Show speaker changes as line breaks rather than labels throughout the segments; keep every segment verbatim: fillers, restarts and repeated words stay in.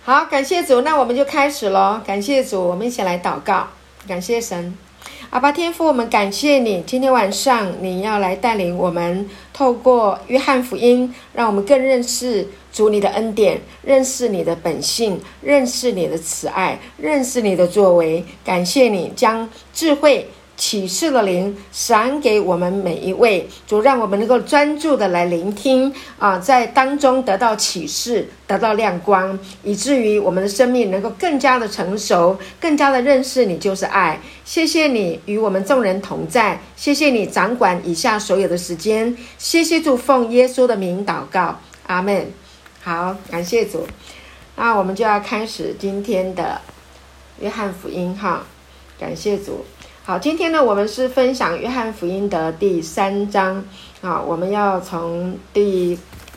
好，感谢主，那我们就开始咯。感谢主，我们一起来祷告。感谢神，阿爸天父，我们感谢你，今天晚上你要来带领我们，透过约翰福音，让我们更认识主你的恩典，认识你的本性，认识你的慈爱，认识你的作为。感谢你将智慧启示的灵赏给我们每一位，主让我们能够专注的来聆听啊，在当中得到启示，得到亮光，以至于我们的生命能够更加的成熟，更加的认识你就是爱。谢谢你与我们众人同在，谢谢你掌管以下所有的时间，谢谢主，奉耶稣的名祷告，阿们。好，感谢主。那我们就要开始今天的约翰福音哈，感谢主。好，今天呢，我们是分享约翰福音的第三章啊，我们要从第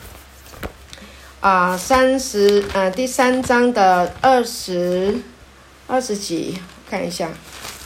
啊三十呃第三章的二十二十几看一下。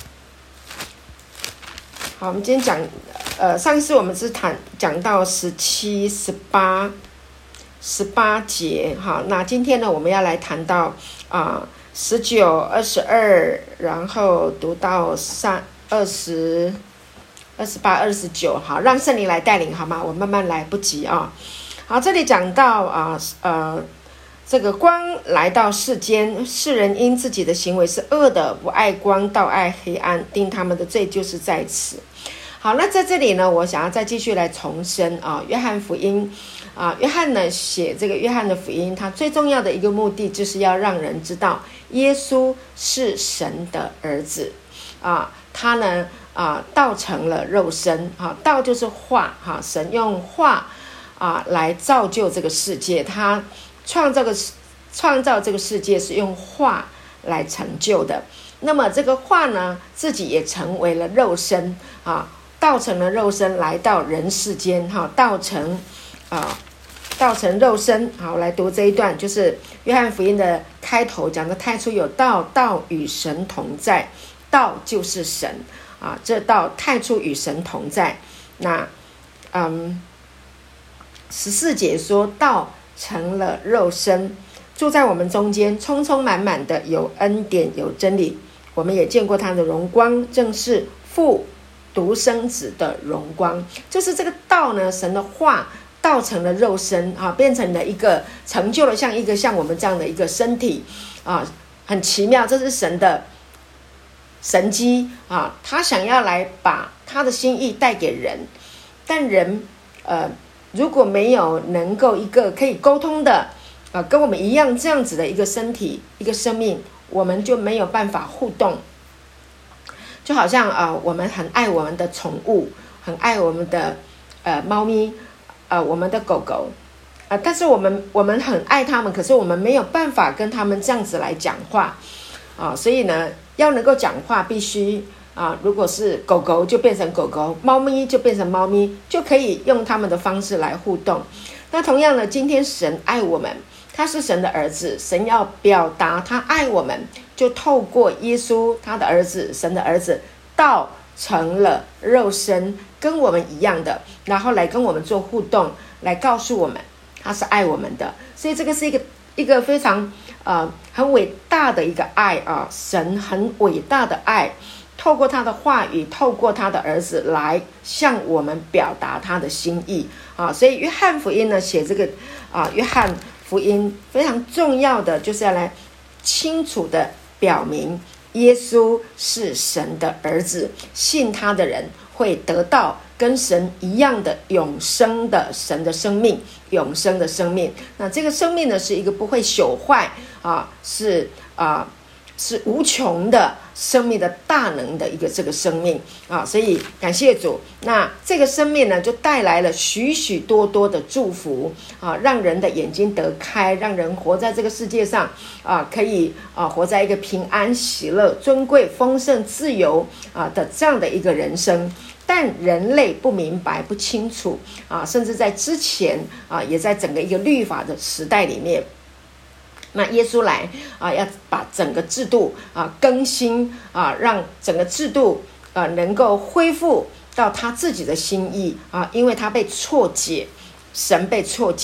好，我们今天讲呃上一次我们是谈讲到十七、十八、十八节哈，那今天呢，我们要来谈到啊。十九、二十二，然后读到三二十、二十八、二十九，好，让圣灵来带领，好吗？我慢慢来，不急啊。好，这里讲到啊，呃，这个光来到世间，世人因自己的行为是恶的，不爱光，倒爱黑暗，定他们的罪就是在此。好，那在这里呢，我想要再继续来重申啊，约翰福音。啊，约翰呢写这个约翰的福音，他最重要的一个目的就是要让人知道耶稣是神的儿子啊，他呢啊道成了肉身啊，道就是话哈、啊，神用话啊来造就这个世界，他创造个创造这个世界是用话来成就的。那么这个话呢，自己也成为了肉身啊，道成了肉身来到人世间哈、啊，道成。啊，道成肉身。好，来读这一段，就是约翰福音的开头讲的太初有道，道与神同在，道就是神啊，这道太初与神同在。那嗯，十四节说道成了肉身，住在我们中间，充充满满的有恩典有真理，我们也见过他的荣光，正是父独生子的荣光。就是这个道呢，神的话道成了肉身啊，变成了一个成就了像一个像我们这样的一个身体啊，很奇妙，这是神的神迹啊，他想要来把他的心意带给人，但人呃如果没有能够一个可以沟通的啊，跟我们一样这样子的一个身体一个生命，我们就没有办法互动。就好像啊、呃，我们很爱我们的宠物，很爱我们的呃猫咪。呃，我们的狗狗，呃，但是我们我们很爱它们，可是我们没有办法跟它们这样子来讲话，啊、呃，所以呢，要能够讲话，必须啊、呃，如果是狗狗就变成狗狗，猫咪就变成猫咪，就可以用他们的方式来互动。那同样的，今天神爱我们，他是神的儿子，神要表达他爱我们，就透过耶稣，他的儿子，神的儿子，道成了肉身，跟我们一样的，然后来跟我们做互动，来告诉我们他是爱我们的。所以这个是一个一个非常呃很伟大的一个爱啊，神很伟大的爱，透过他的话语，透过他的儿子来向我们表达他的心意啊。所以约翰福音呢写这个啊，约翰福音非常重要的就是要来清楚的表明耶稣是神的儿子，信他的人会得到跟神一样的永生的神的生命，永生的生命。那这个生命呢，是一个不会朽坏啊，是啊，是无穷的生命的大能的一个这个生命啊，所以感谢主。那这个生命呢，就带来了许许多多的祝福啊，让人的眼睛得开，让人活在这个世界上啊，可以啊活在一个平安、喜乐、尊贵、丰盛、自由啊的这样的一个人生。但人类不明白、不清楚啊，甚至在之前啊，也在整个一个律法的时代里面。那耶稣来啊，要把整个制度啊更新啊，让整个制度啊能够恢复到他自己的心意啊，因为他被错解，神被错解，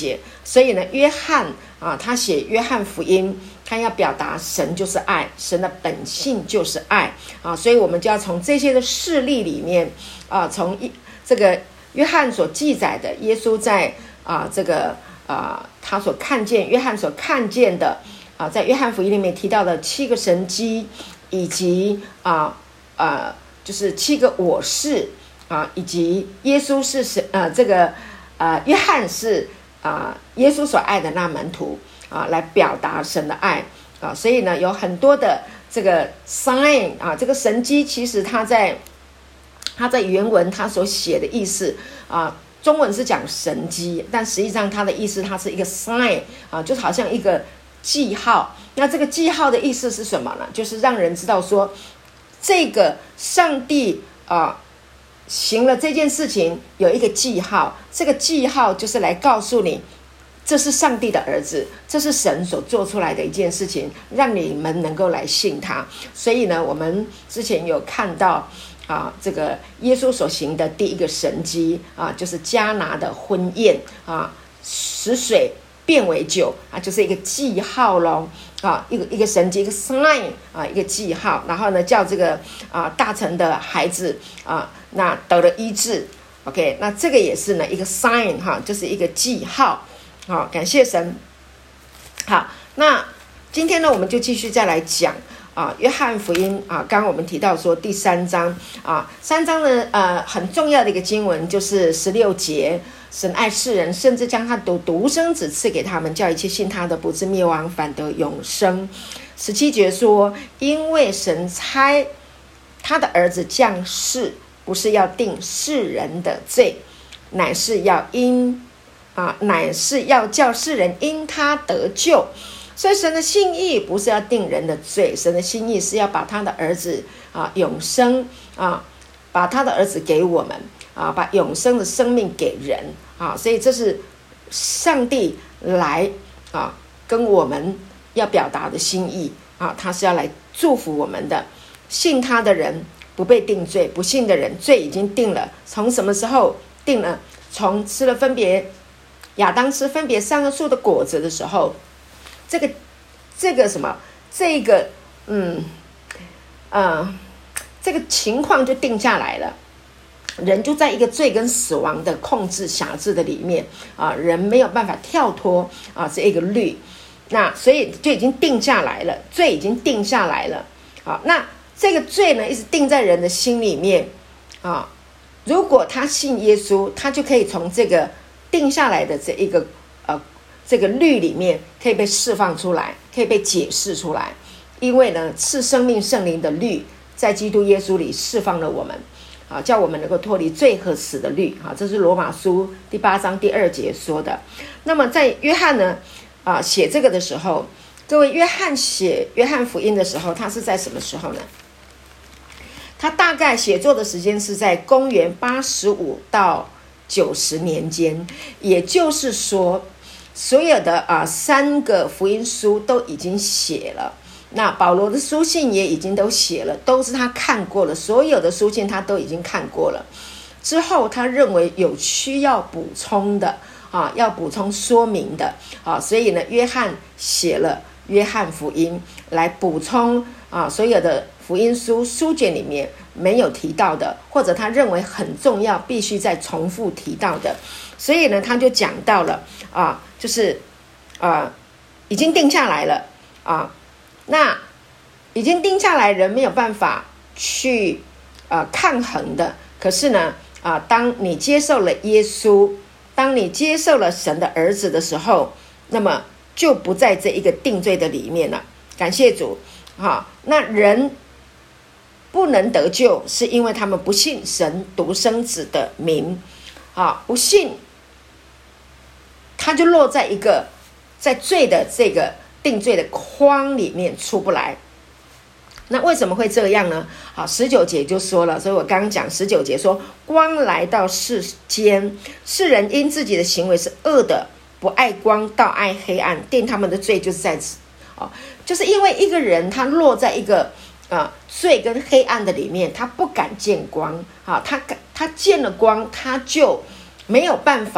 所以呢，约翰啊，他写约翰福音，他要表达神就是爱，神的本性就是爱啊，所以我们就要从这些的事例里面啊，从一这个约翰所记载的耶稣在啊这个啊他所看见，约翰所看见的啊，在约翰福音里面提到的七个神迹，以及啊呃就是七个我是啊，以及耶稣是神呃这个呃约翰是啊耶稣所爱的那门徒啊，来表达神的爱啊，所以呢有很多的这个 sign 啊，这个神迹其实它在它在原文它所写的意思啊，中文是讲神迹，但实际上它的意思它是一个 sign 啊，就好像一个记号。那这个记号的意思是什么呢？就是让人知道说，这个上帝啊行了这件事情有一个记号，这个记号就是来告诉你，这是上帝的儿子，这是神所做出来的一件事情，让你们能够来信他。所以呢，我们之前有看到啊，这个耶稣所行的第一个神迹啊，就是迦拿的婚宴啊，使水变为酒啊，就是一个记号咯啊，一个一个神迹，一个 sign 啊，一个记号。然后呢，叫这个啊大臣的孩子啊，那得了医治。OK， 那这个也是呢一个 sign 哈，就是一个记号。好，感谢神。好，那今天呢，我们就继续再来讲啊，约翰福音啊，刚刚我们提到说第三章啊，三章呢呃很重要的一个经文就是十六节。神爱世人，甚至将他的独生子赐给他们，叫一切信他的不至灭亡，反得永生。十七节说，因为神差他的儿子降世，不是要定世人的罪，乃是要因啊，乃是要叫世人因他得救。所以神的心意不是要定人的罪，神的心意是要把他的儿子啊永生啊，把他的儿子给我们啊，把永生的生命给人啊，所以这是上帝来啊跟我们要表达的心意啊，他是要来祝福我们的。信他的人不被定罪，不信的人罪已经定了。从什么时候定了？从吃了分别亚当吃分别善恶树的果子的时候，这个这个什么这个嗯呃这个情况就定下来了。人就在一个罪跟死亡的控制辖制的里面啊，人没有办法跳脱啊这一个律，那所以就已经定下来了，罪已经定下来了啊。那这个罪呢，一直定在人的心里面啊。如果他信耶稣，他就可以从这个定下来的这一个呃这个律里面，可以被释放出来，可以被解释出来。因为呢，赐生命圣灵的律，在基督耶稣里释放了我们。啊，叫我们能够脱离罪和死的律啊，这是罗马书第八章第二节说的。那么在约翰呢啊写这个的时候，各位，约翰写约翰福音的时候，他是在什么时候呢？他大概写作的时间是在公元八十五到九十年间，也就是说，所有的啊三个福音书都已经写了。那保罗的书信也已经都写了，都是他看过了，所有的书信他都已经看过了。之后他认为有需要补充的啊，要补充说明的啊，所以呢，约翰写了约翰福音来补充啊所有的福音书书卷里面没有提到的，或者他认为很重要，必须再重复提到的。所以呢，他就讲到了啊，就是啊，已经定下来了啊。那已经定下来，人没有办法去呃抗衡的。可是呢，啊、呃，当你接受了耶稣，当你接受了神的儿子的时候，那么就不在这一个定罪的里面了。感谢主，哈，那人不能得救，是因为他们不信神独生子的名，啊，不信，他就落在一个在罪的这个定罪的框里面出不来。那为什么会这样呢？好，十九节就说了，所以我刚刚讲十九节说，光来到世间，世人因自己的行为是恶的，不爱光，倒爱黑暗，定他们的罪就是在此。哦，就是因为一个人他落在一个呃罪跟黑暗的里面，他不敢见光啊，他他见了光，他就没有办法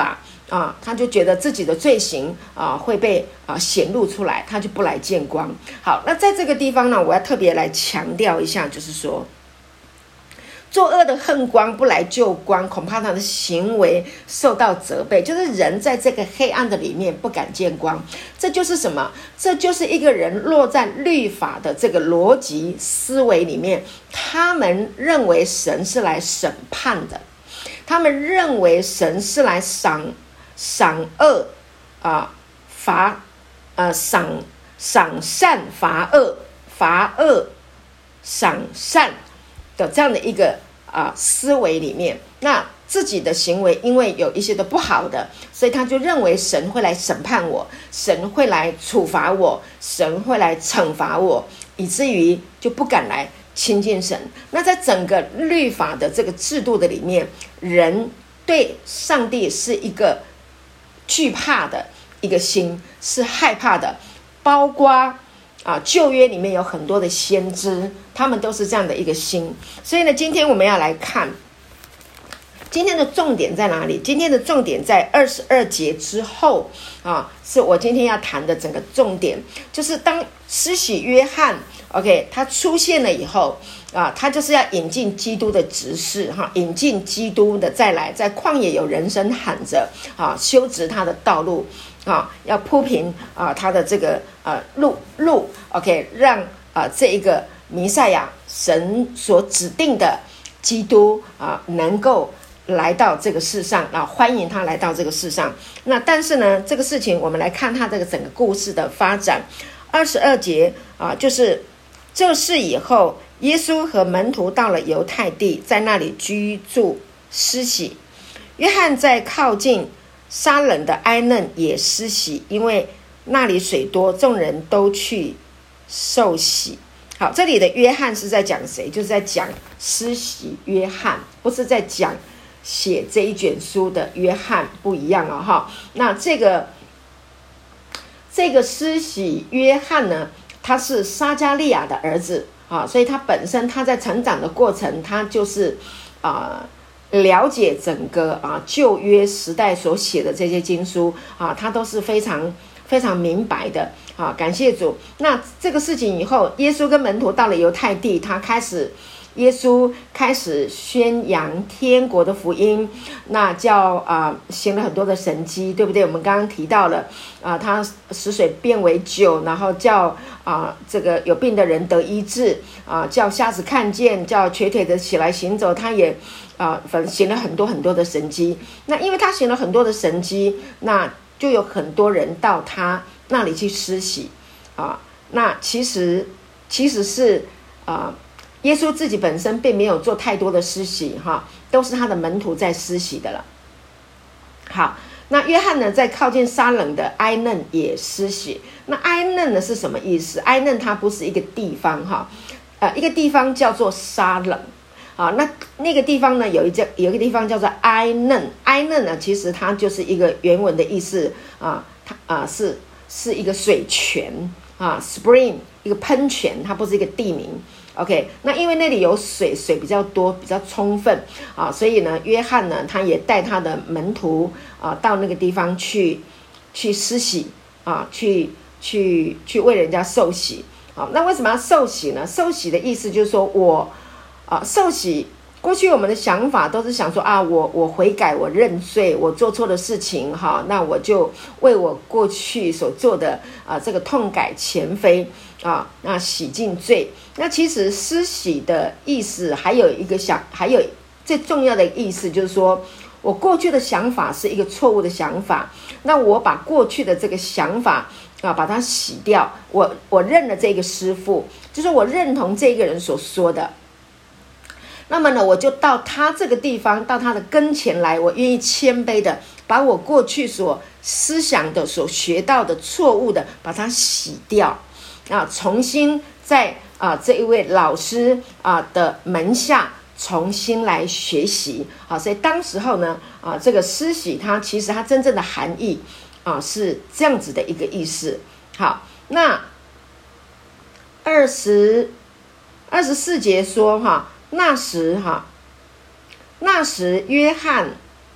啊，他就觉得自己的罪行啊会被啊显露出来，他就不来见光。好，那在这个地方呢，我要特别来强调一下，就是说，作恶的恨光不来救光，恐怕他的行为受到责备。就是人在这个黑暗的里面不敢见光，这就是什么？这就是一个人落在律法的这个逻辑思维里面，他们认为神是来审判的，他们认为神是来赏赏恶啊，罚呃赏赏善罚恶，罚恶赏善的这样的一个啊思维里面，那自己的行为因为有一些的不好的，所以他就认为神会来审判我，神会来处罚我，神会来惩罚我，以至于就不敢来亲近神。那在整个律法的这个制度的里面，人对上帝是一个惧怕的一个心，是害怕的，包括啊旧约里面有很多的先知，他们都是这样的一个心。所以呢，今天我们要来看今天的重点在哪里？今天的重点在二十二节之后啊，是我今天要谈的整个重点，就是当施洗约翰 OK 他出现了以后啊，他就是要引进基督的执事哈，引进基督的再来，在旷野有人声喊着啊，修直他的道路啊，要铺平啊他的这个呃路路 OK， 让啊这一个弥赛亚神所指定的基督啊能够来到这个世上啊，欢迎他来到这个世上。那但是呢，这个事情我们来看他这个整个故事的发展。二十二节啊，就是这事以后，耶稣和门徒到了犹太地，在那里居住施洗。约翰在靠近撒冷的埃嫩也施洗，因为那里水多，众人都去受洗。好，这里的约翰是在讲谁？就是在讲施洗约翰，不是在讲写这一卷书的约翰，不一样哦哈。那这个这个施洗约翰呢，他是撒迦利亚的儿子啊，所以他本身他在成长的过程，他就是啊、呃、了解整个啊旧约时代所写的这些经书啊，他都是非常非常明白的啊。感谢主。那这个事情以后，耶稣跟门徒到了犹太地，他开始。耶稣开始宣扬天国的福音，那叫啊、呃、行了很多的神迹，对不对？我们刚刚提到了啊、呃，他使水变为酒，然后叫啊、呃、这个有病的人得医治啊、呃，叫瞎子看见，叫瘸腿的起来行走，他也啊、呃、反正行了很多很多的神迹。那因为他行了很多的神迹，那就有很多人到他那里去施洗啊。那其实其实是啊。呃耶稣自己本身并没有做太多的施洗哈，都是他的门徒在施洗的了。好，那约翰呢，在靠近撒冷的埃嫩也施洗。那埃嫩呢是什么意思？埃嫩它不是一个地方哈，呃，一个地方叫做撒冷啊。那那个地方呢，有一个有一个地方叫做埃嫩，埃嫩呢，其实它就是一个原文的意思啊，它啊是是一个水泉啊 ，spring 一个喷泉，它不是一个地名。OK， 那因为那里有水，水比较多，比较充分啊，所以呢，约翰呢，他也带他的门徒啊到那个地方去，去施洗啊，去去去为人家受洗。好，那为什么要受洗呢？受洗的意思就是说我啊，受洗。过去我们的想法都是想说啊，我我悔改，我认罪，我做错的事情哈，那我就为我过去所做的啊这个痛改前非啊，那洗净罪。那其实施洗的意思还有一个想，还有最重要的意思就是说，我过去的想法是一个错误的想法，那我把过去的这个想法啊把它洗掉，我我认了这个师父，就是我认同这个人所说的。那么呢，我就到他这个地方，到他的跟前来，我愿意谦卑的把我过去所思想的、所学到的错误的，把它洗掉啊，重新在啊这一位老师啊的门下重新来学习啊。所以当时候呢啊，这个施洗它其实它真正的含义啊是这样子的一个意思。好，那二十二十四节说哈。那时哈，那时约翰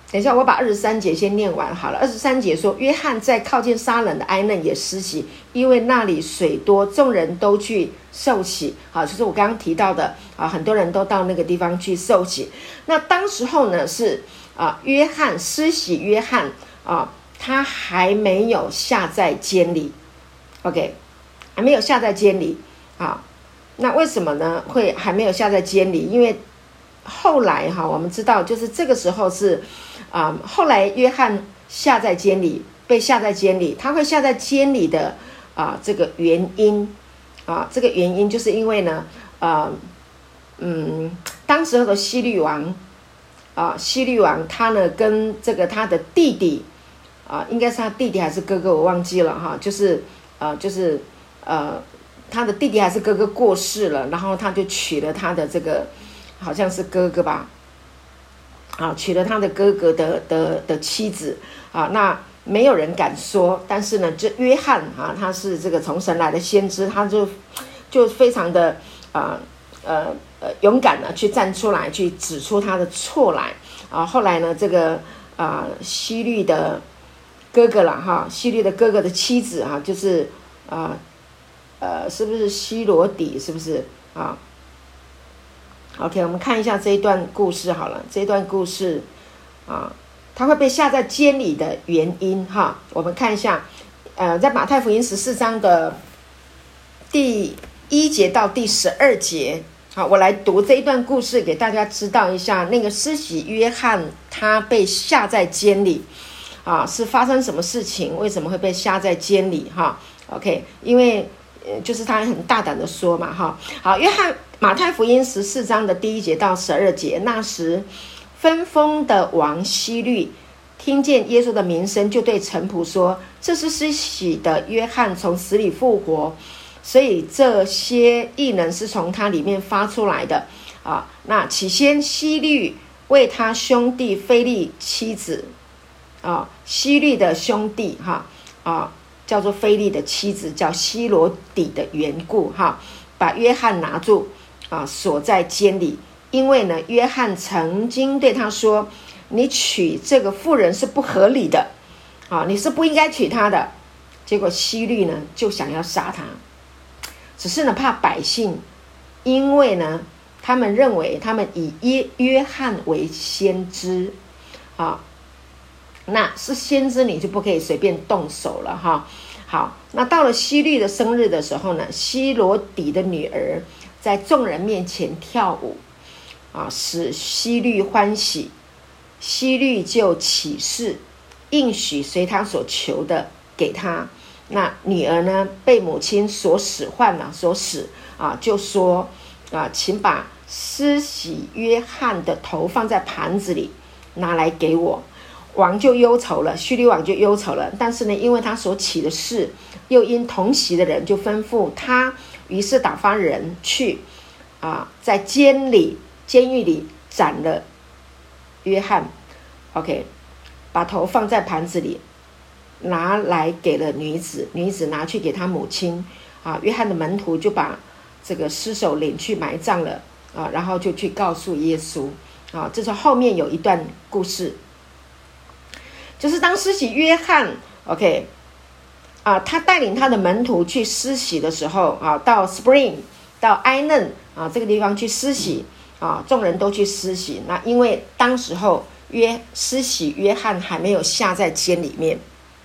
等一下，我把二十三节先念完好了。二十三节说，约翰在靠近撒冷的埃嫩也施洗，因为那里水多，众人都去受洗。好，就是我刚刚提到的啊，很多人都到那个地方去受洗。那当时候呢是啊，约翰施洗，约翰啊，他还没有下在监里 ，OK， 还没有下在监里啊。那为什么呢？会还没有下在监里？因为后来哈，我们知道，就是这个时候是。啊、嗯，后来约翰下在监里，被下在监里，他会下在监里的啊、呃，这个原因啊，这个原因就是因为呢，呃，嗯，当时候的希律王啊，希律王他呢跟这个他的弟弟啊，应该是他弟弟还是哥哥，我忘记了哈，就是呃，就是呃，他的弟弟还是哥哥过世了，然后他就娶了他的这个好像是哥哥吧。啊，娶了他的哥哥的的的妻子啊，那没有人敢说，但是呢，这约翰啊，他是这个从神来的先知，他就就非常的啊呃呃勇敢的去站出来，去指出他的错来啊。后来呢，这个啊希律的哥哥啦哈，希律的哥哥的妻子啊，就是啊呃是不是希罗底？是不是啊？OK， 我们看一下这一段故事好了。这一段故事啊，他会被下在监里的原因哈，我们看一下。呃，在马太福音十四章的第一节到第十二节，好，我来读这一段故事给大家知道一下。那个施洗约翰他被下在监里啊，是发生什么事情？为什么会被下在监里？哈 ，OK， 因为呃，就是他很大胆的说嘛，哈，好，约翰。马太福音十四章的第一节到十二节，那时分封的王希律听见耶稣的名声，就对臣仆说：“这是施洗的约翰从死里复活，所以这些异能是从他里面发出来的。”啊，那起先希律为他兄弟腓利妻子啊，希律的兄弟哈啊，叫做腓利的妻子叫希罗底的缘故哈，把约翰拿住。啊，锁在监里，因为呢，约翰曾经对他说：“你娶这个妇人是不合理的，啊，你是不应该娶她的。”结果希律呢就想要杀他，只是呢怕百姓，因为呢他们认为他们以约约翰为先知，啊，那是先知你就不可以随便动手了哈。好，那到了希律的生日的时候呢，希罗底的女儿。在众人面前跳舞，啊，使希律欢喜。希律就起誓，应许随他所求的给他。那女儿呢，被母亲所使唤了，所使啊，就说啊，请把施洗约翰的头放在盘子里，拿来给我。王就忧愁了，希律王就忧愁了。但是呢，因为他所起的事，又因同席的人就吩咐他。于是打发人去啊，在监里监狱里斩了约翰 OK， 把头放在盘子里，拿来给了女子，女子拿去给她母亲啊。约翰的门徒就把这个尸首领去埋葬了啊，然后就去告诉耶稣啊。这是后面有一段故事，就是当施洗约翰 OK啊，他带领他的门徒去施洗的时候啊，到 Spring 到埃嫩啊这个地方去施洗啊，众人都去施洗。那因为当时候约施洗约翰还没有下在监里面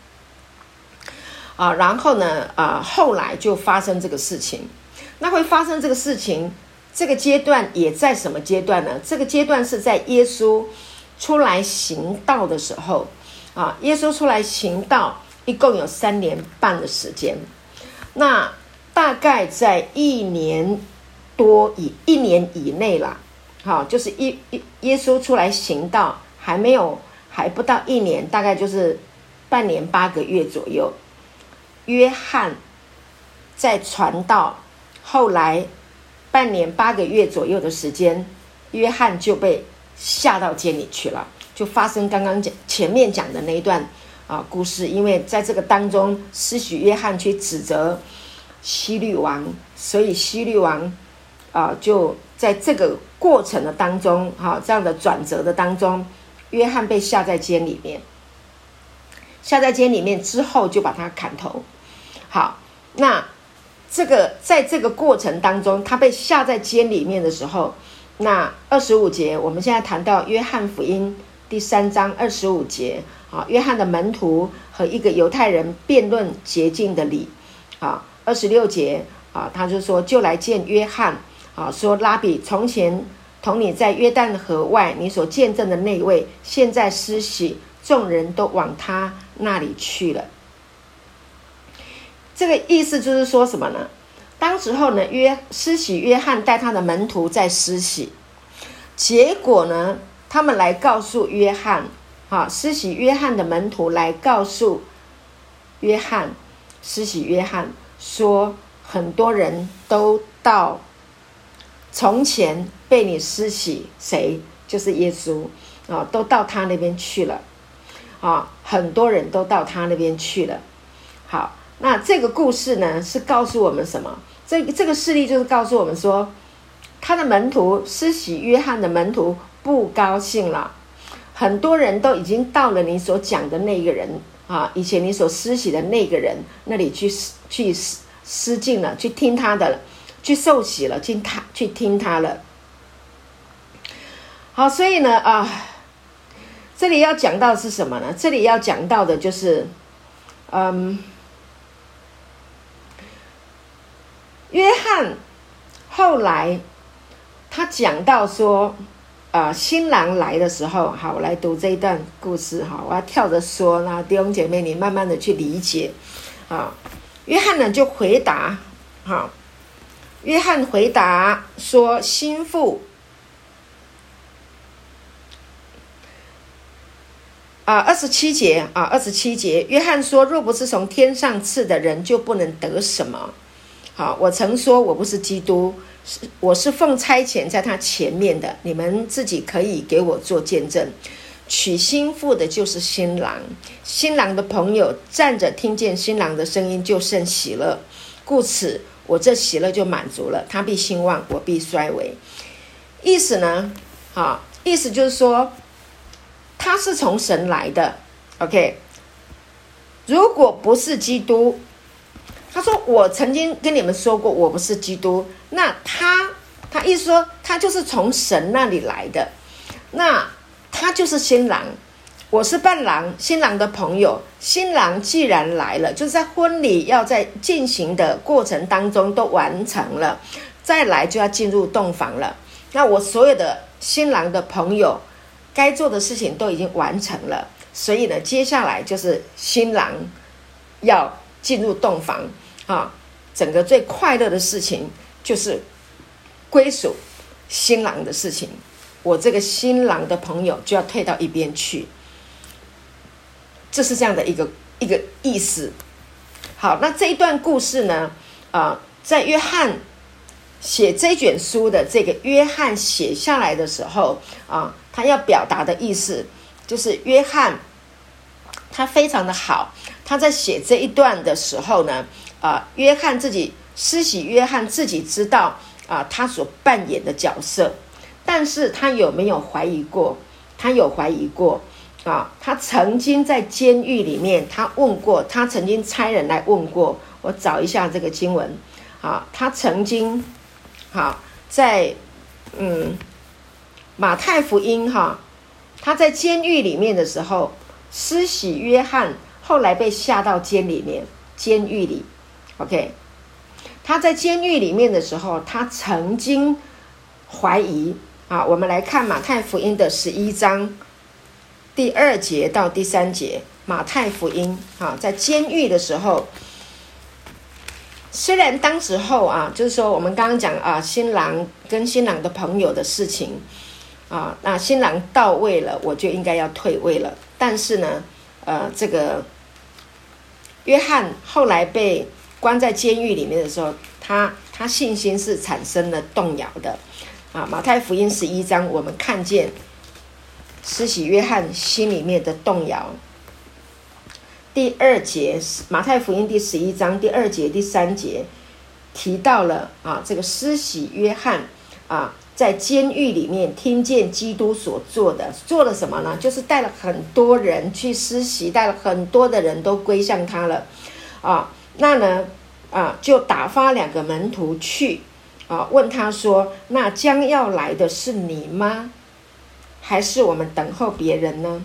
啊，然后呢啊，后来就发生这个事情。那会发生这个事情，这个阶段也在什么阶段呢？这个阶段是在耶稣出来行道的时候啊，耶稣出来行道。一共有三年半的时间，那大概在一年多以一年以内啦，好，就是一耶稣出来行道还没有还不到一年，大概就是半年八个月左右。约翰在传道，后来半年八个月左右的时间，约翰就被下到监里去了，就发生刚刚讲前面讲的那一段。啊，故事，因为在这个当中，施洗约翰去指责希律王，所以希律王啊，就在这个过程的当中，哈、啊，这样的转折的当中， 约翰被下在监里面，下在监里面之后就把他砍头。好，那这个在这个过程当中，他被下在监里面的时候，那二十五节，我们现在谈到约翰福音第三章二十五节啊，约翰的门徒和一个犹太人辩论洁净的理啊。二十六节啊，他就说就来见约翰啊，说拉比，从前同你在约旦河外你所见证的那位，现在施洗，众人都往他那里去了。这个意思就是说什么呢？当时候呢，约施洗约翰带他的门徒在施洗，结果呢，他们来告诉约翰，啊，施洗约翰的门徒来告诉约翰，施洗约翰说，很多人都到从前被你施洗，谁？就是耶稣啊，都到他那边去了啊，很多人都到他那边去了。好，那这个故事呢，是告诉我们什么？这这个事例就是告诉我们说，他的门徒施洗约翰的门徒不高兴了，很多人都已经到了你所讲的那个人啊，以前你所施洗的那个人那里去去施浸了，去听他的了，去受洗了，去他去听他了。好，所以呢啊，这里要讲到的是什么呢？这里要讲到的就是，嗯。约翰后来他讲到说，呃，新郎来的时候，好，我来读这一段故事哈，我要跳着说，那弟兄姐妹你慢慢的去理解啊。约翰呢就回答，哈，约翰回答说，心腹啊，二十七节啊，二十七节，约翰说，若不是从天上赐的人，就不能得什么。好，我曾说我不是基督，我是奉差遣在他前面的，你们自己可以给我做见证。娶新妇的就是新郎，新郎的朋友站着听见新郎的声音就甚喜乐，故此我这喜乐就满足了，他必兴旺，我必衰微。意思呢，好，意思就是说他是从神来的 OK， 如果不是基督，他说我曾经跟你们说过我不是基督，那他他意思说他就是从神那里来的，那他就是新郎，我是伴郎，新郎的朋友。新郎既然来了，就是在婚礼要在进行的过程当中都完成了，再来就要进入洞房了，那我所有的新郎的朋友该做的事情都已经完成了，所以呢接下来就是新郎要进入洞房啊，整个最快乐的事情就是归属新郎的事情，我这个新郎的朋友就要退到一边去，这是这样的一个一个意思。好，那这一段故事呢，呃，在约翰写这卷书的这个约翰写下来的时候啊，他要表达的意思就是约翰他非常的好，他在写这一段的时候呢，啊，约翰自己施洗约翰自己知道啊，他所扮演的角色，但是他有没有怀疑过？他有怀疑过啊，他曾经在监狱里面，他问过，他曾经差人来问过，我找一下这个经文啊，他曾经好在嗯马太福音哈，他在监狱里面的时候，施洗约翰后来被下到监里面，监狱里 ，OK， 他在监狱里面的时候，他曾经怀疑啊，我们来看马太福音的十一章第二节到第三节，马太福音啊，在监狱的时候，虽然当时候啊，就是说我们刚刚讲啊，新郎跟新郎的朋友的事情啊，那新郎到位了，我就应该要退位了。但是呢，呃，这个约翰后来被关在监狱里面的时候，他他信心是产生了动摇的啊。马太福音十一章，我们看见施洗约翰心里面的动摇。第二节，马太福音第十一章第二节、第三节提到了啊，这个施洗约翰啊， 在监狱里面听见基督所做的，做了什么呢？就是带了很多人去施洗，带了很多的人都归向他了啊。那呢啊，就打发两个门徒去啊，问他说：那将要来的是你吗？还是我们等候别人呢？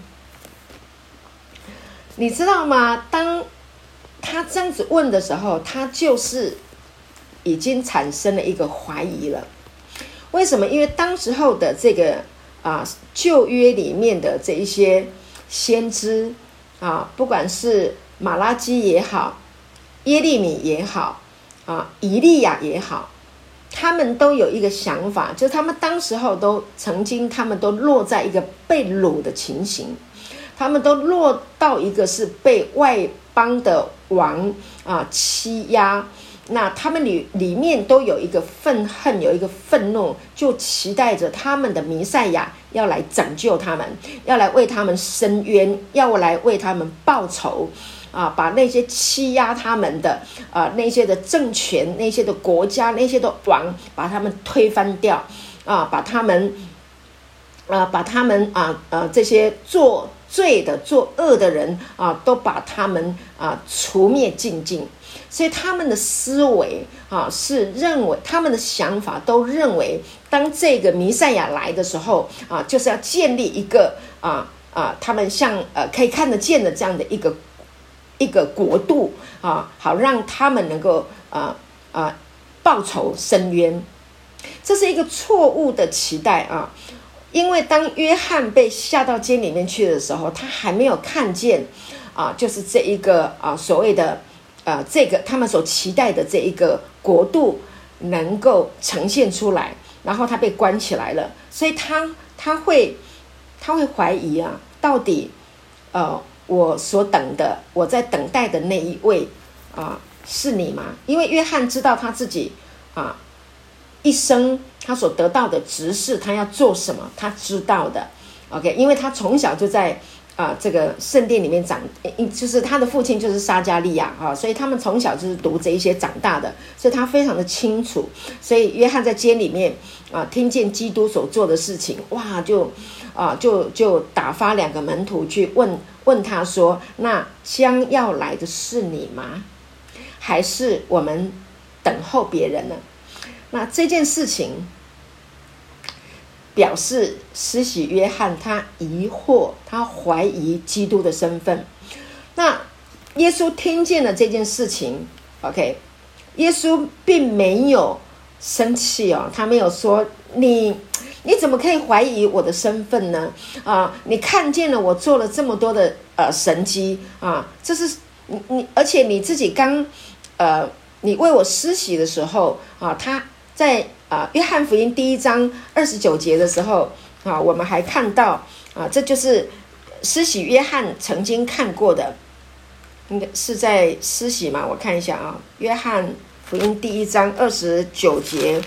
你知道吗？当他这样子问的时候，他就是已经产生了一个怀疑了。为什么？因为当时候的这个啊旧约里面的这一些先知啊，不管是马拉基也好，耶利米也好，啊以利亚也好，他们都有一个想法，就是他们当时候都曾经，他们都落在一个被掳的情形，他们都落到一个是被外邦的王啊欺压。那他们里里面都有一个愤恨，有一个愤怒，就期待着他们的弥赛亚要来拯救他们，要来为他们伸冤，要来为他们报仇啊！把那些欺压他们的啊那些的政权、那些的国家、那些的王，把他们推翻掉啊！把他们啊，把他们啊呃这些做罪的、作恶的人啊，都把他们啊除灭尽尽。所以他们的思维啊，是认为他们的想法都认为，当这个弥赛亚来的时候啊，就是要建立一个啊啊，他们像呃可以看得见的这样的一个一个国度啊，好让他们能够啊啊报仇伸冤。这是一个错误的期待啊，因为当约翰被下到监里面去的时候，他还没有看见啊，就是这一个啊所谓的。呃，这个他们所期待的这一个国度能够呈现出来，然后他被关起来了，所以他他会他会怀疑啊，到底呃我所等的，我在等待的那一位啊、呃、是你吗？因为约翰知道他自己啊一生他所得到的职事，他要做什么，他知道的。OK， 因为他从小就在。啊、呃，这个圣殿里面长，就是他的父亲就是撒迦利亚啊，所以他们从小就是读这一些长大的，所以他非常的清楚。所以约翰在监里面啊，听见基督所做的事情，哇，就啊就就打发两个门徒去问问他说：那将要来的是你吗？还是我们等候别人呢？那这件事情。表示施洗约翰他疑惑，他怀疑基督的身份。那耶稣听见了这件事情 ，OK， 耶稣并没有生气哦，他没有说你你怎么可以怀疑我的身份呢？啊，你看见了我做了这么多的呃神迹啊，这是你你，而且你自己刚呃你为我施洗的时候啊，他在。啊，约翰福音第一章二十九节的时候啊，我们还看到啊，这就是施洗约翰曾经看过的，应该是在施洗嘛？我看一下啊，约翰福音第一章二十九节，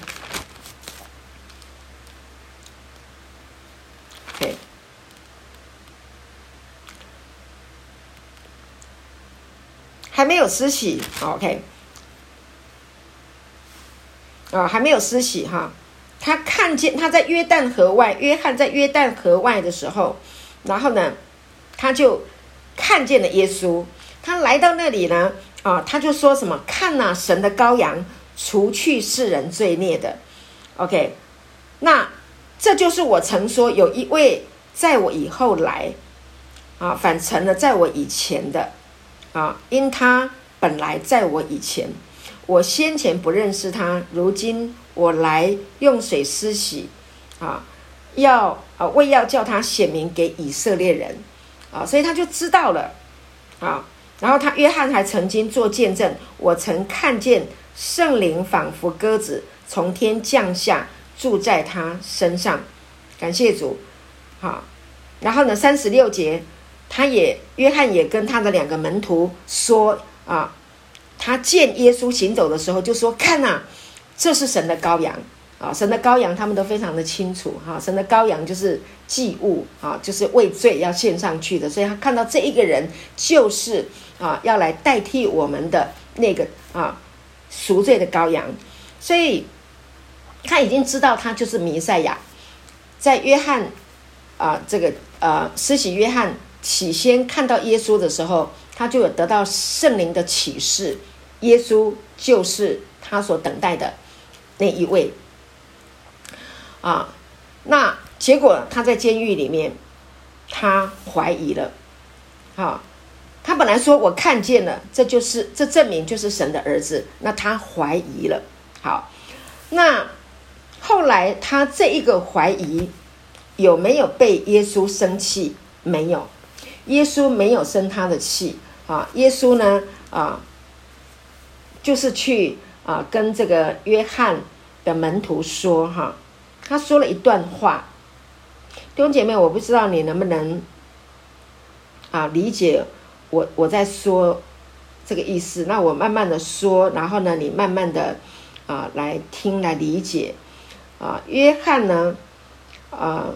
对，还没有施洗 ，OK。啊、哦，还没有施洗哈，他看见他在约旦河外，约翰在约旦河外的时候，然后呢，他就看见了耶稣。他来到那里呢，啊、哦，他就说什么？看哪、啊，神的羔羊，除去世人罪孽的。OK， 那这就是我曾说有一位在我以后来，啊，反成了在我以前的，啊，因他本来在我以前。我先前不认识他，如今我来用水施洗，啊，要啊为要叫他显明给以色列人，啊，所以他就知道了，啊，然后他约翰还曾经做见证，我曾看见圣灵仿佛鸽子从天降下，住在他身上，感谢主，好，然后呢，三十六节，他也约翰也跟他的两个门徒说啊。他见耶稣行走的时候就说：看啊，这是神的羔羊啊！神的羔羊他们都非常的清楚哈、啊，神的羔羊就是祭物啊，就是为罪要献上去的，所以他看到这一个人就是啊要来代替我们的那个啊赎罪的羔羊。所以他已经知道他就是弥赛亚。在约翰啊、呃，这个呃，施洗约翰起先看到耶稣的时候，他就有得到圣灵的启示，耶稣就是他所等待的那一位啊。那结果他在监狱里面，他怀疑了，啊，他本来说我看见了，这就是这证明就是神的儿子，那他怀疑了。好，那后来他这一个怀疑有没有被耶稣生气？没有，耶稣没有生他的气啊。耶稣呢啊，就是去啊跟这个约翰的门徒说哈，他说了一段话。弟兄姐妹，我不知道你能不能啊理解我我在说这个意思。那我慢慢的说，然后呢，你慢慢的啊来听来理解啊。约翰呢，啊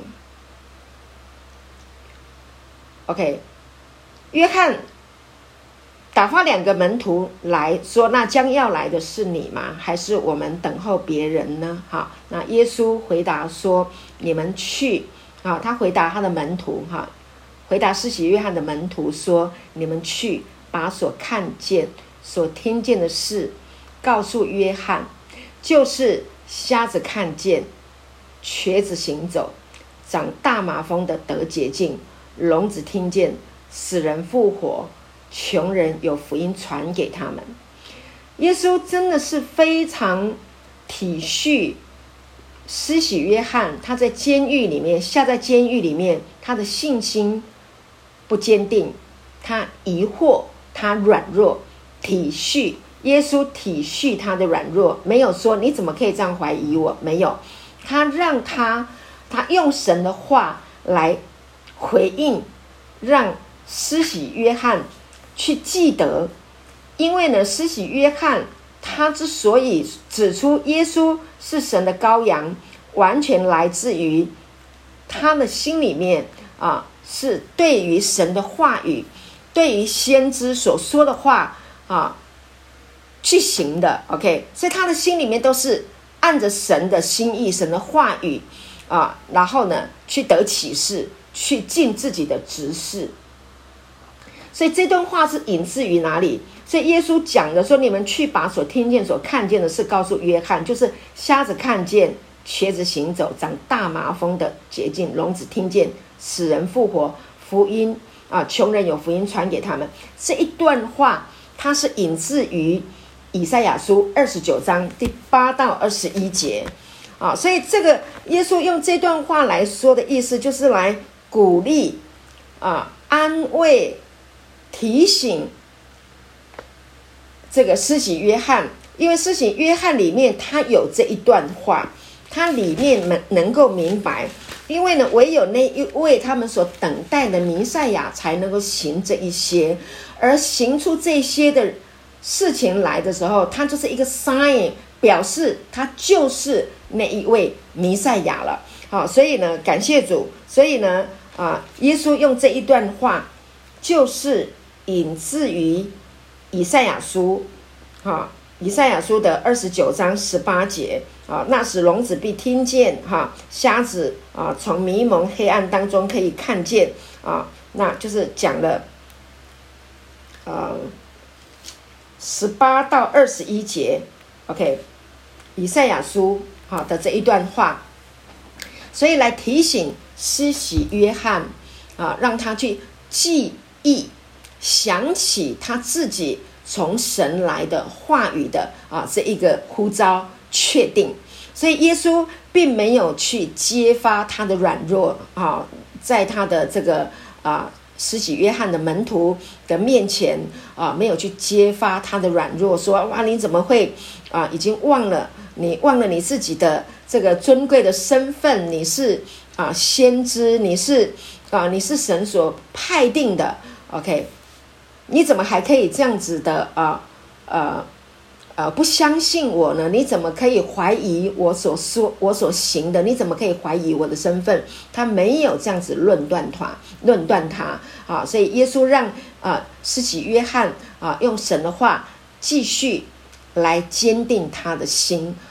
，OK， 约翰打发两个门徒来说，那将要来的是你吗？还是我们等候别人呢？好，那耶稣回答说：你们去。啊，他回答他的门徒，哈，回答施洗约翰的门徒说：你们去把所看见、所听见的事告诉约翰，就是瞎子看见，瘸子行走，长大麻风的得洁净，聋子听见，死人复活，穷人有福音传给他们。耶稣真的是非常体恤施洗约翰，他在监狱里面，下在监狱里面，他的信心不坚定，他疑惑，他软弱，体恤耶稣，体恤他的软弱，没有说你怎么可以这样怀疑我，没有，他让他他用神的话来回应，让施洗约翰去记得。因为呢，施洗约翰他之所以指出耶稣是神的羔羊，完全来自于他的心里面啊，是对于神的话语，对于先知所说的话啊去行的。 OK， 所以他的心里面都是按着神的心意，神的话语啊，然后呢去得启示，去尽自己的职事。所以这段话是引自于哪里？所以耶稣讲的说，你们去把所听见所看见的事告诉约翰，就是瞎子看见，瘸子行走，长大麻风的洁净，聋子听见，死人复活，福音啊，穷人有福音传给他们。这一段话它是引自于以赛亚书二十九章第八到二十一节啊。所以这个耶稣用这段话来说的意思，就是来鼓励啊，安慰，提醒这个施洗约翰。因为施洗约翰里面他有这一段话，他里面能能够明白，因为呢，唯有那一位他们所等待的弥赛亚才能够行这一些，而行出这些的事情来的时候，他就是一个 sign， 表示他就是那一位弥赛亚了。好，所以呢，感谢主，所以呢，啊，耶稣用这一段话，就是引自于以赛亚书，哈，以赛亚书的二十九章十八节啊，那时聋子必听见，哈，瞎子啊从迷蒙黑暗当中可以看见啊，那就是讲了，呃，十八到二十一节 ，OK， 以赛亚书好的这一段话，所以来提醒施洗约翰啊，让他去记忆，想起他自己从神来的话语的啊这一个呼召确定。所以耶稣并没有去揭发他的软弱啊，在他的这个啊施洗约翰的门徒的面前啊，没有去揭发他的软弱，说哇你怎么会啊已经忘了你忘了你自己的这个尊贵的身份，你是啊先知，你是啊你是神所派定的 ，OK， 你怎么还可以这样子的啊呃呃不相信我呢？你怎么可以怀疑我所说我所行的？你怎么可以怀疑我的身份？他没有这样子论断他，论断他啊！所以耶稣让啊施洗约翰啊用神的话继续来坚定他的心啊，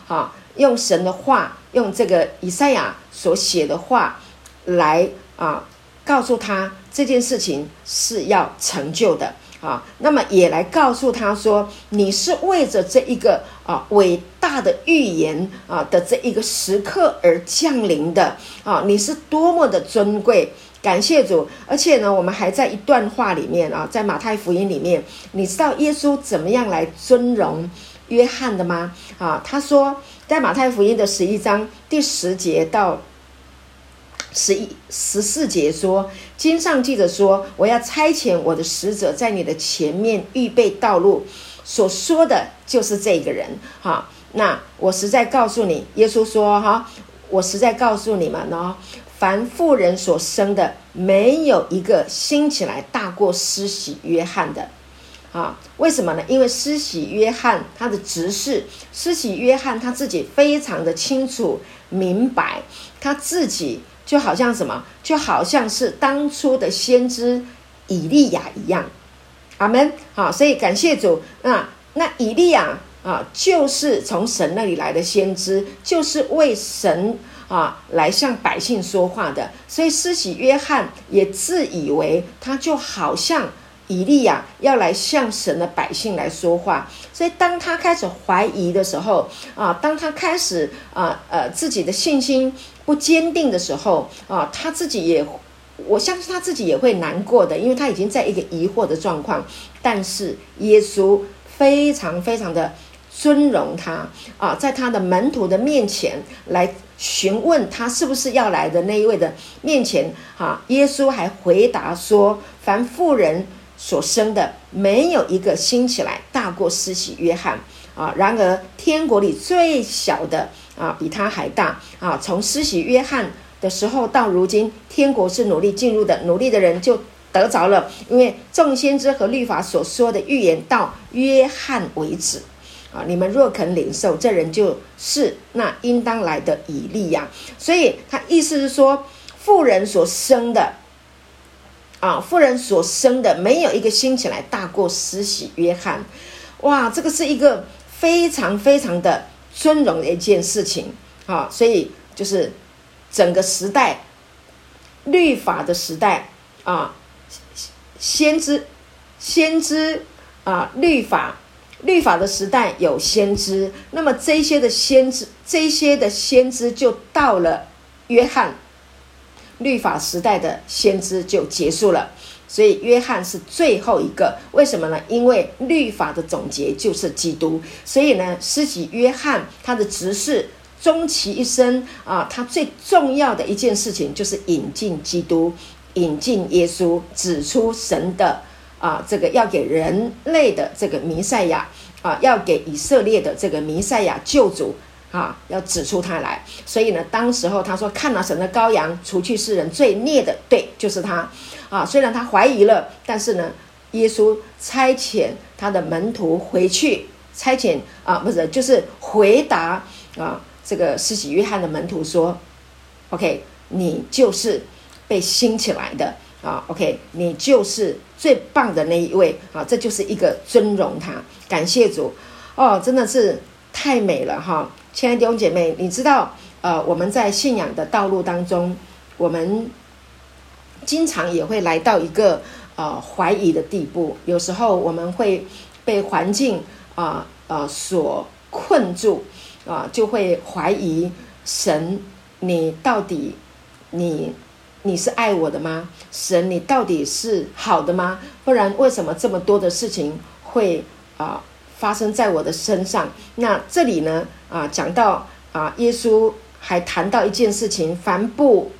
用神的话，用这个以赛亚所写的话来啊告诉他这件事情是要成就的啊。那么也来告诉他说，你是为着这一个啊伟大的预言啊的这一个时刻而降临的啊，你是多么的尊贵。感谢主。而且呢，我们还在一段话里面啊，在马太福音里面，你知道耶稣怎么样来尊荣约翰的吗？啊，他说在马太福音的十一章第十节到十一十四节说，经上记着说，我要差遣我的使者在你的前面预备道路，所说的就是这个人。哈，那我实在告诉你，耶稣说哈，我实在告诉你们哦，凡妇人所生的，没有一个兴起来大过施洗约翰的。啊，为什么呢？因为施洗约翰他的执事，施洗约翰他自己非常的清楚明白，他自己就好像什么，就好像是当初的先知以利亚一样。阿们。好，所以感谢主。那那以利亚啊，就是从神那里来的先知，就是为神啊来向百姓说话的。所以施洗约翰也自以为他就好像以利亚要来向神的百姓来说话。所以当他开始怀疑的时候啊，当他开始啊呃自己的信心不坚定的时候啊，他自己也，我相信他自己也会难过的，因为他已经在一个疑惑的状况。但是耶稣非常非常的尊荣他啊，在他的门徒的面前来询问他是不是要来的那一位的面前啊，耶稣还回答说，凡妇人所生的，没有一个兴起来大过施洗约翰啊。然而天国里最小的啊，比他还大啊。从施洗约翰的时候到如今，天国是努力进入的，努力的人就得着了，因为众先知和律法所说的预言到约翰为止啊。你们若肯领受，这人就是那应当来的以利亚。所以他意思是说，妇人所生的啊，妇人所生的，没有一个兴起来大过施洗约翰。哇，这个是一个非常非常的尊荣的一件事情啊。所以就是整个时代，律法的时代啊，先知先知啊，律法律法的时代有先知，那么这些的先知这些的先知就到了约翰，律法时代的先知就结束了。所以约翰是最后一个。为什么呢？因为律法的总结就是基督。所以呢，施洗约翰他的执事终其一生啊，他最重要的一件事情就是引进基督，引进耶稣，指出神的啊这个要给人类的这个弥赛亚啊，要给以色列的这个弥赛亚救主啊，要指出他来。所以呢，当时候他说，看了神的羔羊，除去世人罪孽的，对，就是他啊。虽然他怀疑了，但是呢，耶稣差遣他的门徒回去，差遣啊，不是，就是回答啊，这个施洗约翰的门徒说 ，OK， 你就是被兴起来的啊 ，OK， 你就是最棒的那一位啊，这就是一个尊荣他。感谢主哦，真的是太美了哈。亲爱的弟兄姐妹，你知道呃，我们在信仰的道路当中，我们经常也会来到一个呃怀疑的地步。有时候我们会被环境啊呃, 呃所困住啊、呃，就会怀疑神，你到底你你是爱我的吗？神，你到底是好的吗？不然为什么这么多的事情会啊、呃、发生在我的身上？那这里呢啊、呃、讲到啊、呃、耶稣还谈到一件事情，凡不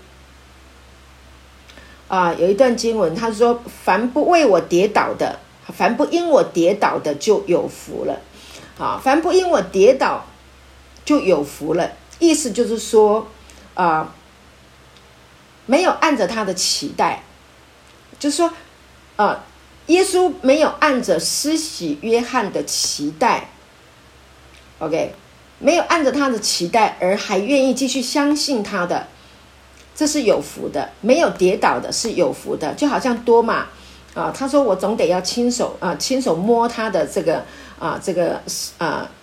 啊、呃、有一段经文，他说，凡不为我跌倒的，凡不因我跌倒的就有福了啊，凡不因我跌倒就有福了。意思就是说啊、呃没有按着他的期待，就是说呃耶稣没有按着施洗约翰的期待 OK， 没有按着他的期待而还愿意继续相信他的，这是有福的。没有跌倒的是有福的。就好像多马啊，他说我总得要亲手啊亲手摸他的这个啊这个啊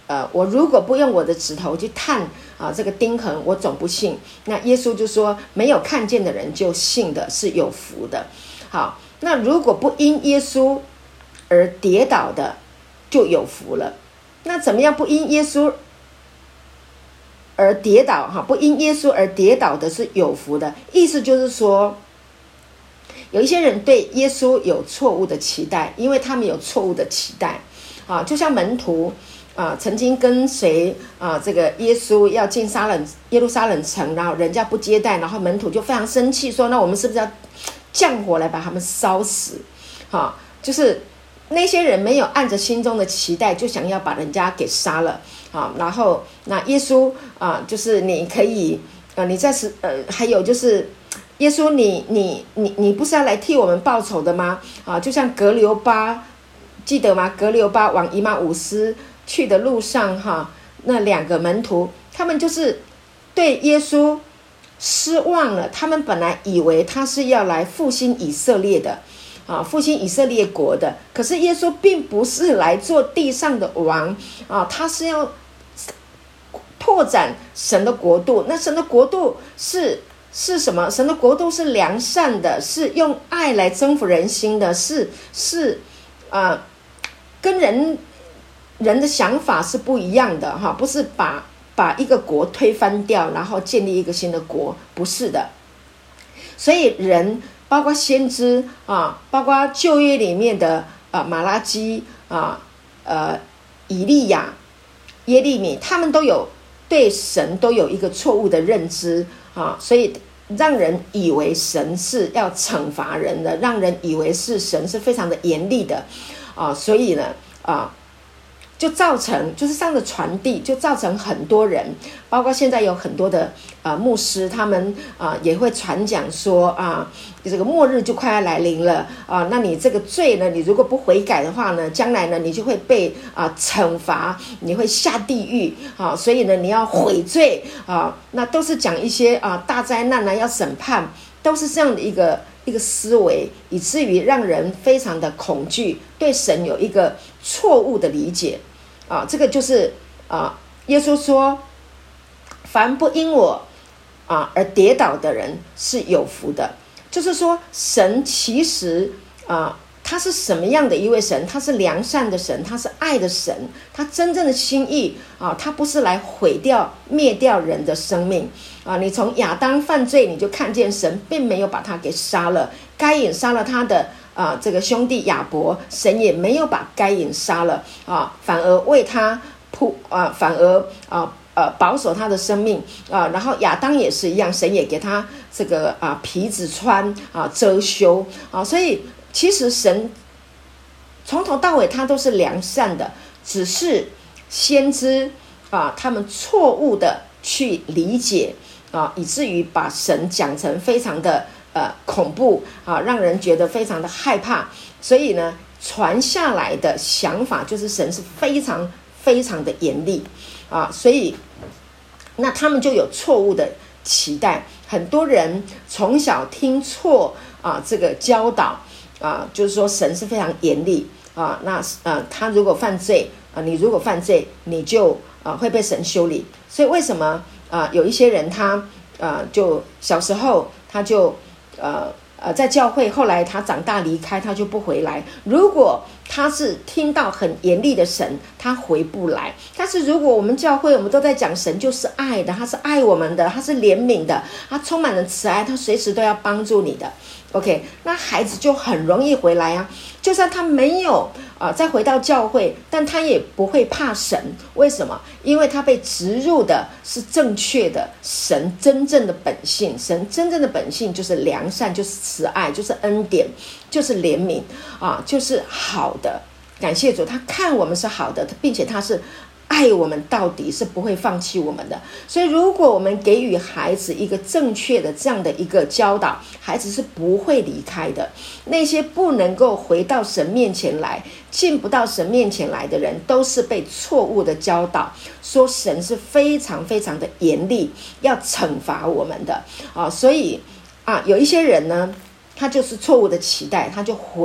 呃，我如果不用我的指头去探啊这个钉痕，我总不信。那耶稣就说，没有看见的人就信的是有福的。好，那如果不因耶稣而跌倒的，就有福了。那怎么样不因耶稣而跌倒？哈，不因耶稣而跌倒的是有福的。意思就是说，有一些人对耶稣有错误的期待，因为他们有错误的期待啊，就像门徒啊，曾经跟随啊这个耶稣要进撒冷耶路撒冷城，然后人家不接待，然后门徒就非常生气，说：“那我们是不是要降火来把他们烧死？”啊，就是那些人没有按着心中的期待，就想要把人家给杀了啊。然后那耶稣啊，就是你可以呃，你在是呃，还有就是。耶稣你，你你你不是要来替我们报仇的吗？啊，就像格留巴，记得吗？格留巴往以马忤斯去的路上，哈，那两个门徒，他们就是对耶稣失望了。他们本来以为他是要来复兴以色列的，啊，复兴以色列国的。可是耶稣并不是来做地上的王啊，他是要拓展神的国度。那神的国度是。是什么？神的国度是良善的，是用爱来征服人心的，是是呃，跟人人的想法是不一样的哈，不是把把一个国推翻掉，然后建立一个新的国，不是的。所以人包括先知啊，包括旧约里面的啊马拉基啊，呃以利亚、耶利米，他们都有对神都有一个错误的认知。啊，所以让人以为神是要惩罚人的，让人以为是神是非常的严厉的，啊，所以呢，啊，就造成就是这样的传递，就造成很多人，包括现在有很多的呃牧师，他们啊、呃、也会传讲说啊，这个末日就快要来临了啊，那你这个罪呢，你如果不悔改的话呢，将来呢你就会被啊、呃、惩罚，你会下地狱啊，所以呢你要悔罪啊，那都是讲一些啊大灾难呢要审判，都是这样的一个一个思维，以至于让人非常的恐惧，对神有一个错误的理解。啊，这个就是啊，耶稣说，凡不因我啊而跌倒的人是有福的。就是说，神其实啊，他是什么样的一位神？他是良善的神，他是爱的神，他真正的心意啊，他不是来毁掉、灭掉人的生命啊。你从亚当犯罪，你就看见神并没有把他给杀了，该隐杀了他的。啊，这个兄弟亚伯，神也没有把该隐杀了啊，反而为他铺啊，反而啊呃保守他的生命啊。然后亚当也是一样，神也给他这个啊皮子穿啊遮羞啊。所以其实神从头到尾他都是良善的，只是先知啊他们错误的去理解啊，以至于把神讲成非常的。呃，恐怖啊，让人觉得非常的害怕，所以呢，传下来的想法就是神是非常非常的严厉啊，所以那他们就有错误的期待。很多人从小听错啊，这个教导啊，就是说神是非常严厉啊，那呃，他如果犯罪啊，你如果犯罪，你就啊会被神修理。所以为什么啊，有一些人他啊，就小时候他就。呃呃，在教会，后来他长大离开，他就不回来。如果他是听到很严厉的神，他回不来。但是如果我们教会，我们都在讲神就是爱的，他是爱我们的，他是怜悯的，他充满了慈爱，他随时都要帮助你的。OK， 那孩子就很容易回来啊。就算他没有啊、呃、再回到教会，但他也不会怕神。为什么？因为他被植入的是正确的神真正的本性。神真正的本性就是良善，就是慈爱，就是恩典，就是怜悯啊，就是好的。感谢主，他看我们是好的，并且他是爱我们到底，是不会放弃我们的。所以如果我们给予孩子一个正确的这样的一个教导，孩子是不会离开的。那些不能够回到神面前来，进不到神面前来的人，都是被错误的教导，说神是非常非常的严厉，要惩罚我们的啊。所以啊，有一些人呢，他就是错误的期待，他就回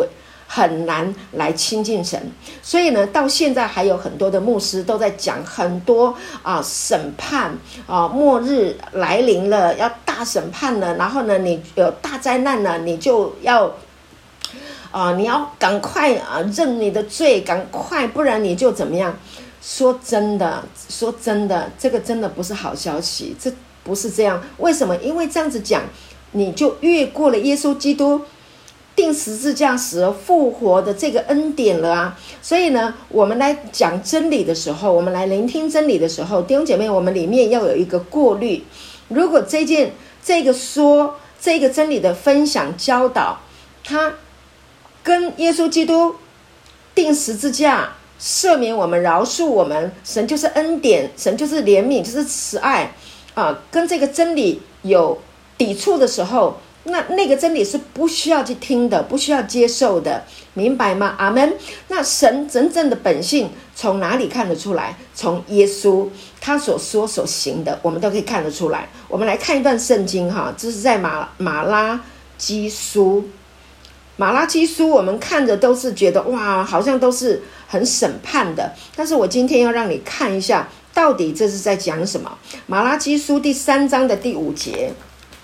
很难来亲近神。所以呢，到现在还有很多的牧师都在讲很多啊审判啊，末日来临了，要大审判了，然后呢，你有大灾难了，你就要啊，你要赶快啊认你的罪，赶快，不然你就怎么样？说真的，说真的，这个真的不是好消息，这不是这样。为什么？因为这样子讲，你就越过了耶稣基督钉十字架死而复活的这个恩典了啊！所以呢，我们来讲真理的时候，我们来聆听真理的时候，弟兄姐妹，我们里面要有一个过滤。如果这件这个说这个真理的分享教导，它跟耶稣基督钉十字架赦免我们、饶恕我们，神就是恩典，神就是怜悯，就是慈爱啊，跟这个真理有抵触的时候，那那个真理是不需要去听的，不需要接受的，明白吗？阿们。那神真正的本性从哪里看得出来？从耶稣他所说所行的，我们都可以看得出来。我们来看一段圣经哈，这是在马马拉基书。马拉基书我们看着都是觉得哇，好像都是很审判的，但是我今天要让你看一下，到底这是在讲什么。马拉基书第三章的第五节，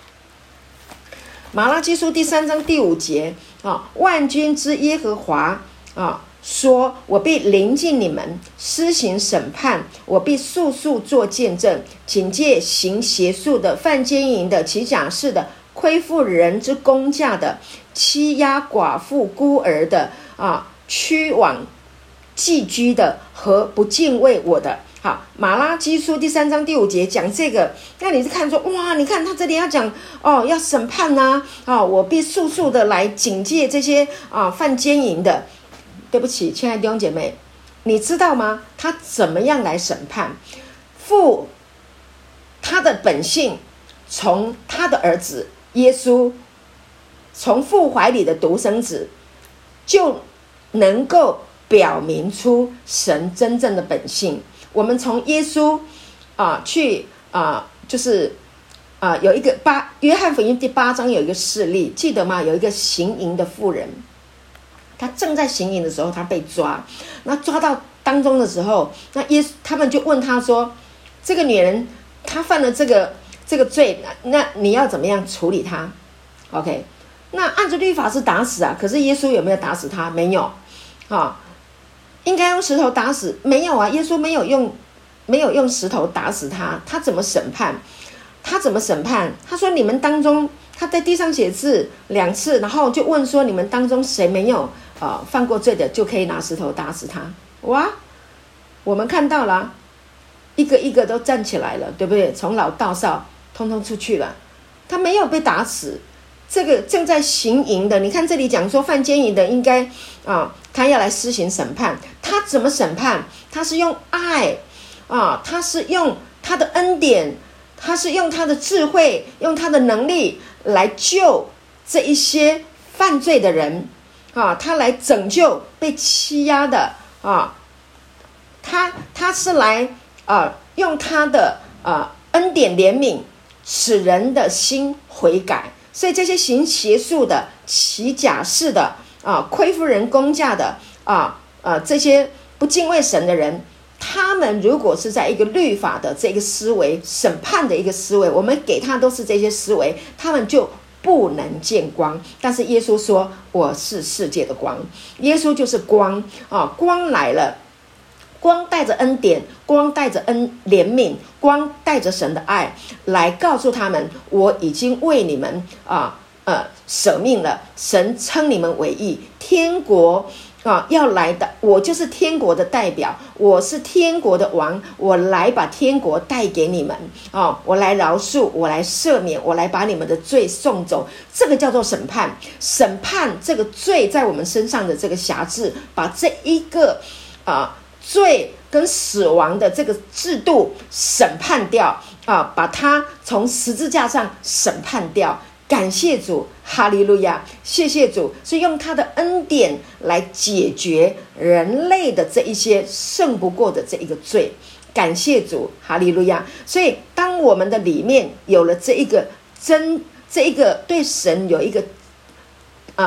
马拉基书第三章第五节啊，万军之耶和华啊说：我必临近你们，施行审判，我必速速做见证，警戒行邪术的、犯奸淫的、起假誓的、亏负人之公价的、欺压寡妇孤儿的啊，屈枉寄居的和不敬畏我的。好，马拉基书第三章第五节讲这个，那你是看说，哇，你看他这里要讲哦，要审判呐、啊，哦，我必速速的来警戒这些啊犯奸淫的。对不起，亲爱的弟兄姐妹，你知道吗？他怎么样来审判？父他的本性从他的儿子耶稣，从父怀里的独生子，就能够表明出神真正的本性。我们从耶稣啊去啊，就是啊有一个八约翰福音第八章有一个事例，记得吗？有一个行淫的妇人，他正在行淫的时候，他被抓，那抓到当中的时候，那耶稣他们就问他说：“这个女人她犯了这个这个罪，那, 那你要怎么样处理她 ？”OK， 那按着律法是打死啊，可是耶稣有没有打死她？没有啊。应该用石头打死？没有啊，耶稣没有用没有用石头打死他。他怎么审判？他怎么审判？他说：“你们当中，他在地上写字两次，然后就问说：你们当中谁没有呃犯过罪的，就可以拿石头打死他。”哇，我们看到了，一个一个都站起来了，对不对？从老到少，通通出去了，他没有被打死。这个正在行淫的，你看这里讲说犯奸淫的应该啊，他要来施行审判。他怎么审判？他是用爱啊，他是用他的恩典，他是用他的智慧，用他的能力来救这一些犯罪的人啊，他来拯救被欺压的啊，他他是来啊用他的啊恩典怜悯，使人的心悔改。所以这些行邪术的、起假誓的啊、亏负人公价的啊、呃、这些不敬畏神的人，他们如果是在一个律法的这个思维、审判的一个思维，我们给他都是这些思维，他们就不能见光。但是耶稣说：“我是世界的光。”耶稣就是光啊，光来了。光带着恩典，光带着恩怜悯，光带着神的爱，来告诉他们：我已经为你们啊呃舍命了。神称你们为义，天国啊要来的，我就是天国的代表，我是天国的王，我来把天国带给你们啊！我来饶恕，我来赦免，我来把你们的罪送走。这个叫做审判，审判这个罪在我们身上的这个辖制，把这一个啊。罪跟死亡的这个制度审判掉啊，把它从十字架上审判掉。感谢主，哈利路亚，谢谢主，是用他的恩典来解决人类的这一些胜不过的这一个罪。感谢主，哈利路亚。所以当我们的里面有了这一个真，这一个对神有一个啊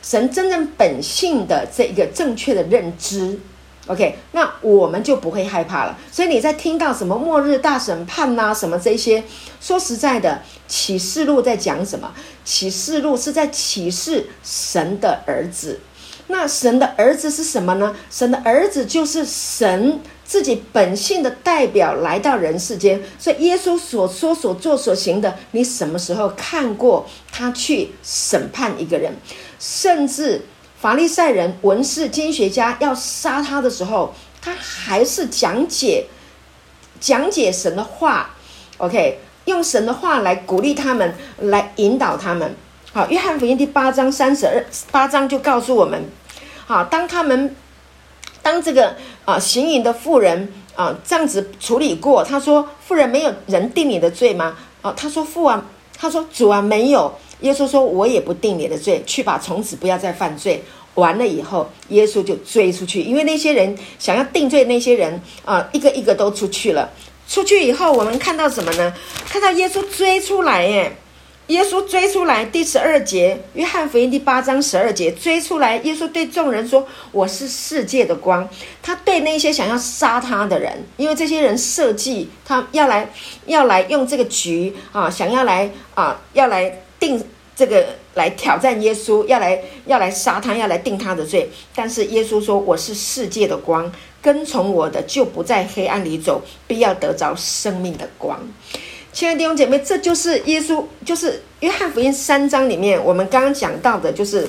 神真正本性的这一个正确的认知。OK， 那我们就不会害怕了。所以你在听到什么末日大审判啊，什么这些，说实在的，启示录在讲什么？启示录是在启示神的儿子。那神的儿子是什么呢？神的儿子就是神自己本性的代表来到人世间。所以耶稣所说所做所行的，你什么时候看过他去审判一个人？甚至法利赛人、文士、经学家要杀他的时候，他还是讲解讲解神的话 OK， 用神的话来鼓励他们，来引导他们。好，约翰福音第八章三十二八章就告诉我们，好，当他们当这个啊行淫的妇人啊这样子处理过，他说：“妇人，没有人定你的罪吗？”啊，他说：“父啊，他说主啊，没有。”耶稣说：“我也不定你的罪，去吧，从此不要再犯罪。”完了以后，耶稣就追出去，因为那些人想要定罪，那些人啊，一个一个都出去了。出去以后，我们看到什么呢？看到耶稣追出来，耶！耶稣追出来，第十二节，约翰福音第八章十二节，追出来，耶稣对众人说：“我是世界的光。”他对那些想要杀他的人，因为这些人设计他要来要来用这个局啊，想要来啊，要来定这个来挑战耶稣，要来要来杀他，要来定他的罪。但是耶稣说：“我是世界的光，跟从我的就不在黑暗里走，必要得着生命的光。”亲爱的弟兄姐妹，这就是耶稣，就是约翰福音三章里面我们刚刚讲到的，就是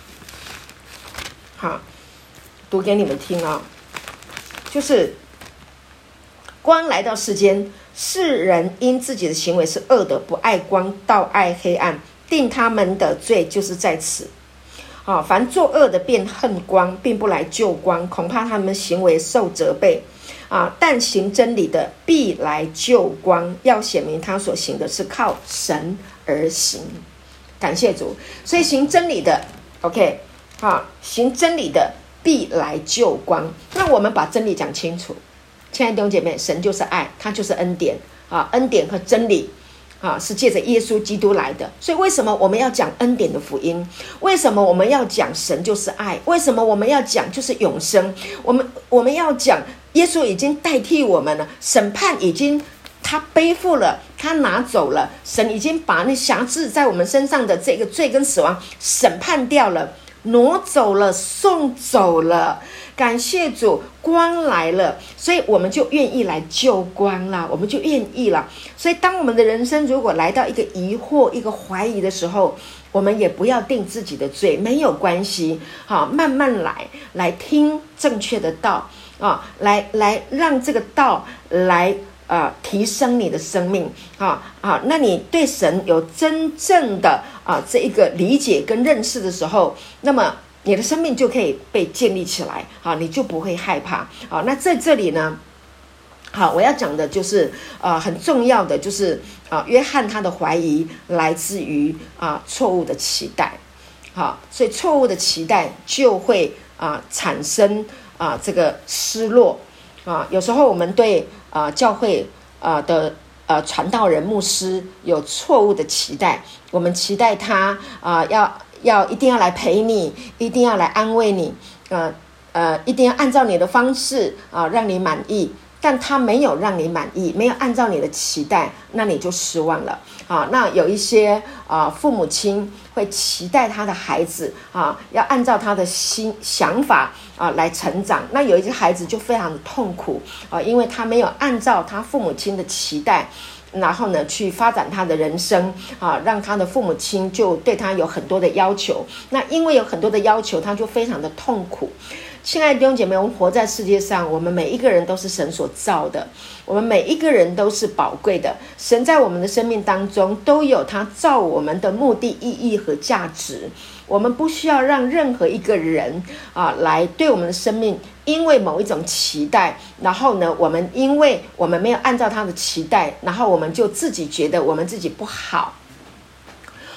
好，读给你们听啊、哦，就是光来到世间，世人因自己的行为是恶的，不爱光，倒爱黑暗，定他们的罪就是在此。好，凡作恶的便恨光，并不来救光，恐怕他们行为受责备。啊！但行真理的必来救光，要显明他所行的是靠神而行。感谢主，所以行真理的 ，OK， 啊，行真理的必来救光。那我们把真理讲清楚，亲爱的弟兄姐妹，神就是爱，他就是恩典啊，恩典和真理。啊，是借着耶稣基督来的，所以为什么我们要讲恩典的福音？为什么我们要讲神就是爱？为什么我们要讲就是永生？我们我们要讲耶稣已经代替我们了，审判已经他背负了，他拿走了，神已经把那辖制在我们身上的这个罪跟死亡审判掉了，挪走了，送走了。感谢主，光来了，所以我们就愿意来救光了，我们就愿意了。所以当我们的人生如果来到一个疑惑、一个怀疑的时候，我们也不要定自己的罪，没有关系，好，慢慢来，来听正确的道啊，来来让这个道来呃提升你的生命啊啊，那你对神有真正的啊这一个理解跟认识的时候，那么你的生命就可以被建立起来，好，你就不会害怕。好，那在这里呢，好，我要讲的就是呃很重要的就是啊、呃，约翰他的怀疑来自于啊、呃、错误的期待，好，所以错误的期待就会啊、呃、产生啊、呃、这个失落啊。有时候我们对啊、呃、教会啊、呃、的呃传道人牧师有错误的期待，我们期待他啊、呃、要。要一定要来陪你，一定要来安慰你，呃呃，一定要按照你的方式啊、呃、让你满意。但他没有让你满意，没有按照你的期待，那你就失望了啊。那有一些啊、呃、父母亲会期待他的孩子啊要按照他的心想法啊来成长，那有一些孩子就非常的痛苦啊，因为他没有按照他父母亲的期待。然后呢，去发展他的人生啊，让他的父母亲就对他有很多的要求。那因为有很多的要求，他就非常的痛苦。亲爱的弟兄姐妹，我们活在世界上，我们每一个人都是神所造的，我们每一个人都是宝贵的。神在我们的生命当中都有他造我们的目的、意义和价值。我们不需要让任何一个人啊来对我们的生命因为某一种期待，然后呢，我们因为我们没有按照他的期待，然后我们就自己觉得我们自己不好。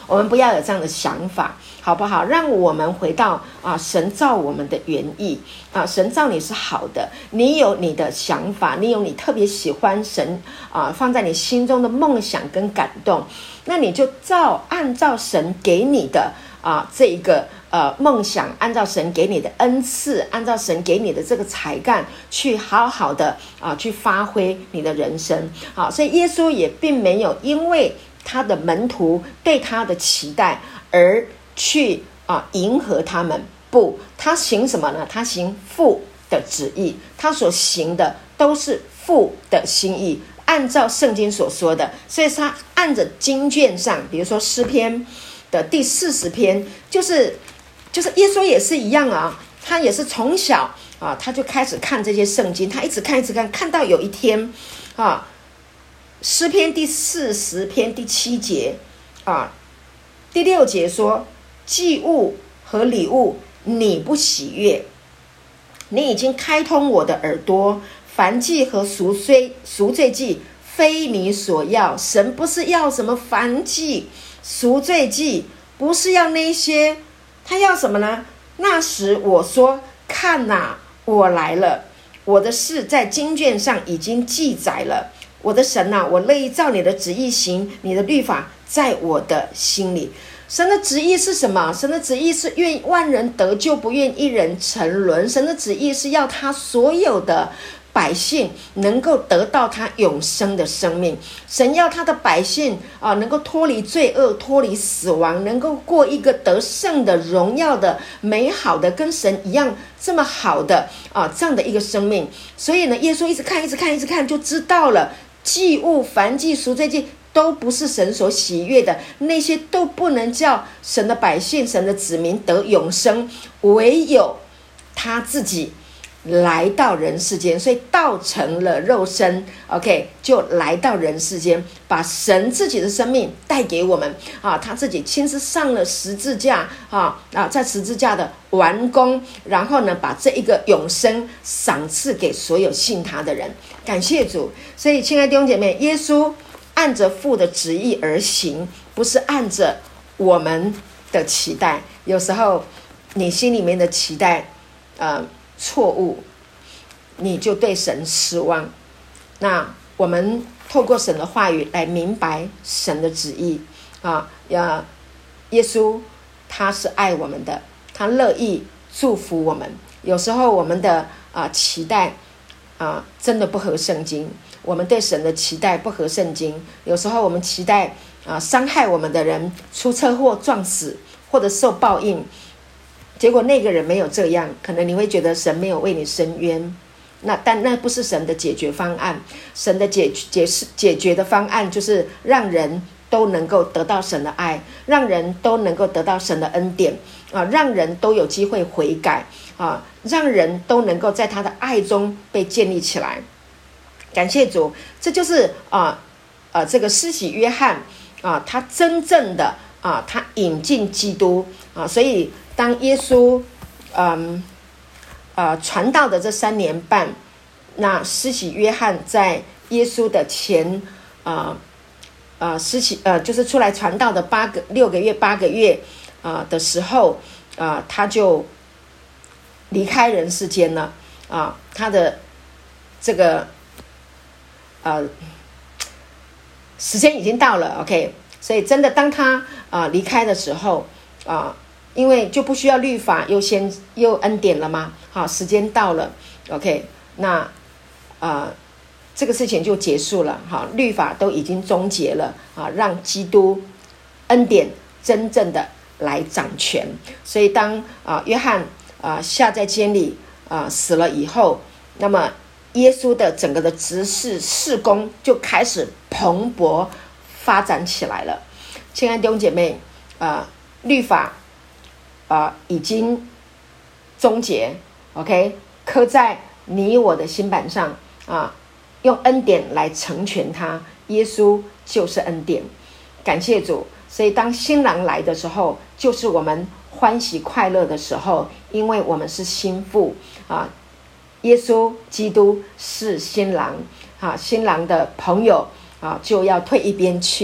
我们不要有这样的想法，好不好？让我们回到啊，神造我们的原意啊，神造你是好的，你有你的想法，你有你特别喜欢神啊放在你心中的梦想跟感动，那你就照按照神给你的啊这一个呃梦想，按照神给你的恩赐，按照神给你的这个才干，去好好的啊去发挥你的人生。好，所以耶稣也并没有因为他的门徒对他的期待而去啊迎合他们，不，他行什么呢？他行父的旨意，他所行的都是父的心意，按照圣经所说的。所以他按着经卷上，比如说诗篇的第四十篇，就是就是耶稣也是一样啊，他也是从小啊他就开始看这些圣经，他一直看一直看，看到有一天啊诗篇第四十篇第七节啊第六节说，祭物和礼物你不喜悦，你已经开通我的耳朵，燔祭和赎罪赎罪祭非你所要。神不是要什么燔祭赎罪祭，不是要那些，他要什么呢？那时我说，看哪，我来了，我的事在经卷上已经记载了。我的神啊，我乐意照你的旨意行，你的律法在我的心里。神的旨意是什么？神的旨意是愿万人得救，不愿一人沉沦。神的旨意是要他所有的百姓能够得到他永生的生命。神要他的百姓啊，能够脱离罪恶，脱离死亡，能够过一个得胜的、荣耀的、美好的，跟神一样这么好的啊这样的一个生命。所以呢，耶稣一直看，一直看，一直看，就知道了。祭物、燔祭、赎罪祭都不是神所喜悦的，那些都不能叫神的百姓、神的子民得永生，唯有他自己来到人世间，所以道成了肉身 OK 就来到人世间，把神自己的生命带给我们啊，他自己亲自上了十字架啊啊，在十字架的完工，然后呢把这一个永生赏赐给所有信他的人。感谢主。所以亲爱的弟兄姐妹，耶稣按着父的旨意而行，不是按着我们的期待。有时候你心里面的期待呃错误，你就对神失望。那我们透过神的话语来明白神的旨意啊，呀，耶稣他是爱我们的，他乐意祝福我们。有时候我们的啊期待啊真的不合圣经，我们对神的期待不合圣经。有时候我们期待啊伤害我们的人出车祸撞死，或者受报应。结果那个人没有这样，可能你会觉得神没有为你伸冤，那但那不是神的解决方案。神的解解解决的方案就是让人都能够得到神的爱，让人都能够得到神的恩典啊，让人都有机会悔改啊，让人都能够在他的爱中被建立起来。感谢主，这就是啊呃这个施洗约翰啊，他真正的啊他引进基督啊，所以当耶稣嗯呃传道的这三年半，那施洗约翰在耶稣的前啊呃施洗呃就是出来传道的八个六个月八个月啊、呃、的时候啊、呃、他就离开人世间了啊、呃、他的这个呃时间已经到了 OK， 所以真的当他啊、呃、离开的时候啊、呃因为就不需要律法又先又恩典了吗？好，时间到了 OK， 那呃这个事情就结束了。好，律法都已经终结了啊，让基督恩典真正的来掌权。所以当啊约翰啊下在监里啊死了以后，那么耶稣的整个的执事事工就开始蓬勃发展起来了。亲爱的弟兄姐妹啊，律法啊、呃，已经终结 ，OK， 刻在你我的心板上啊，用恩典来成全它。耶稣就是恩典，感谢主。所以当新郎来的时候，就是我们欢喜快乐的时候，因为我们是新妇啊。耶稣基督是新郎啊，新郎的朋友啊就要退一边去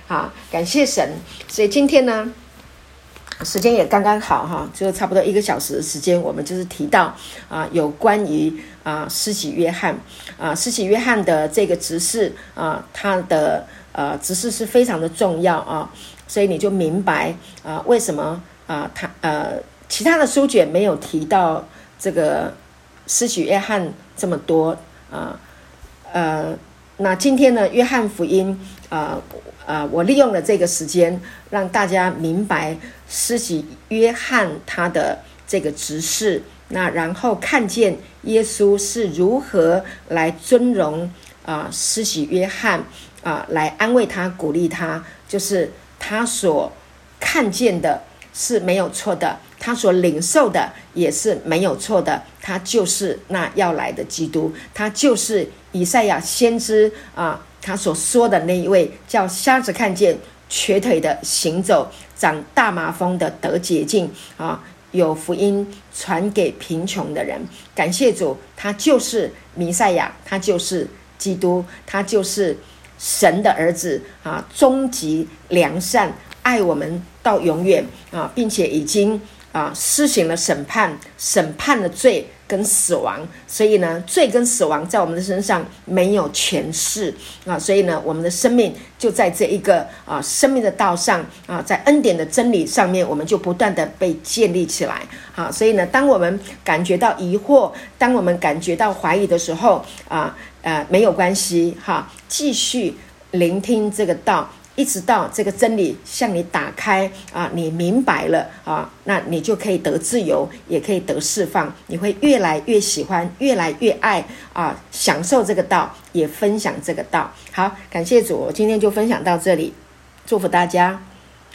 好，感谢神。所以今天呢，时间也刚刚好哈，就差不多一个小时的时间，我们就是提到啊，有关于啊施洗约翰啊，施洗约翰的这个执事啊，他的呃执事是非常的重要啊，所以你就明白啊，为什么啊他呃其他的书卷没有提到这个施洗约翰这么多啊呃，那今天呢，约翰福音啊。呃呃，我利用了这个时间，让大家明白施洗约翰他的这个执事，那然后看见耶稣是如何来尊荣啊、呃、施洗约翰啊、呃，来安慰他、鼓励他，就是他所看见的是没有错的，他所领受的也是没有错的，他就是那要来的基督，他就是以赛亚先知啊。他所说的那一位，叫瞎子看见，瘸腿的行走，长大麻风的得洁净啊，有福音传给贫穷的人。感谢主，他就是弥赛亚，他就是基督，他就是神的儿子啊，终极良善，爱我们到永远啊，并且已经啊施行了审判，审判了罪跟死亡，所以呢，罪跟死亡在我们的身上没有权势啊，所以呢，我们的生命就在这一个啊生命的道上啊，在恩典的真理上面，我们就不断的被建立起来啊。所以呢，当我们感觉到疑惑，当我们感觉到怀疑的时候啊，呃，没有关系哈，继续聆听这个道。一直到这个真理向你打开啊，你明白了啊，那你就可以得自由，也可以得释放，你会越来越喜欢，越来越爱啊，享受这个道，也分享这个道。好，感谢主，我今天就分享到这里，祝福大家。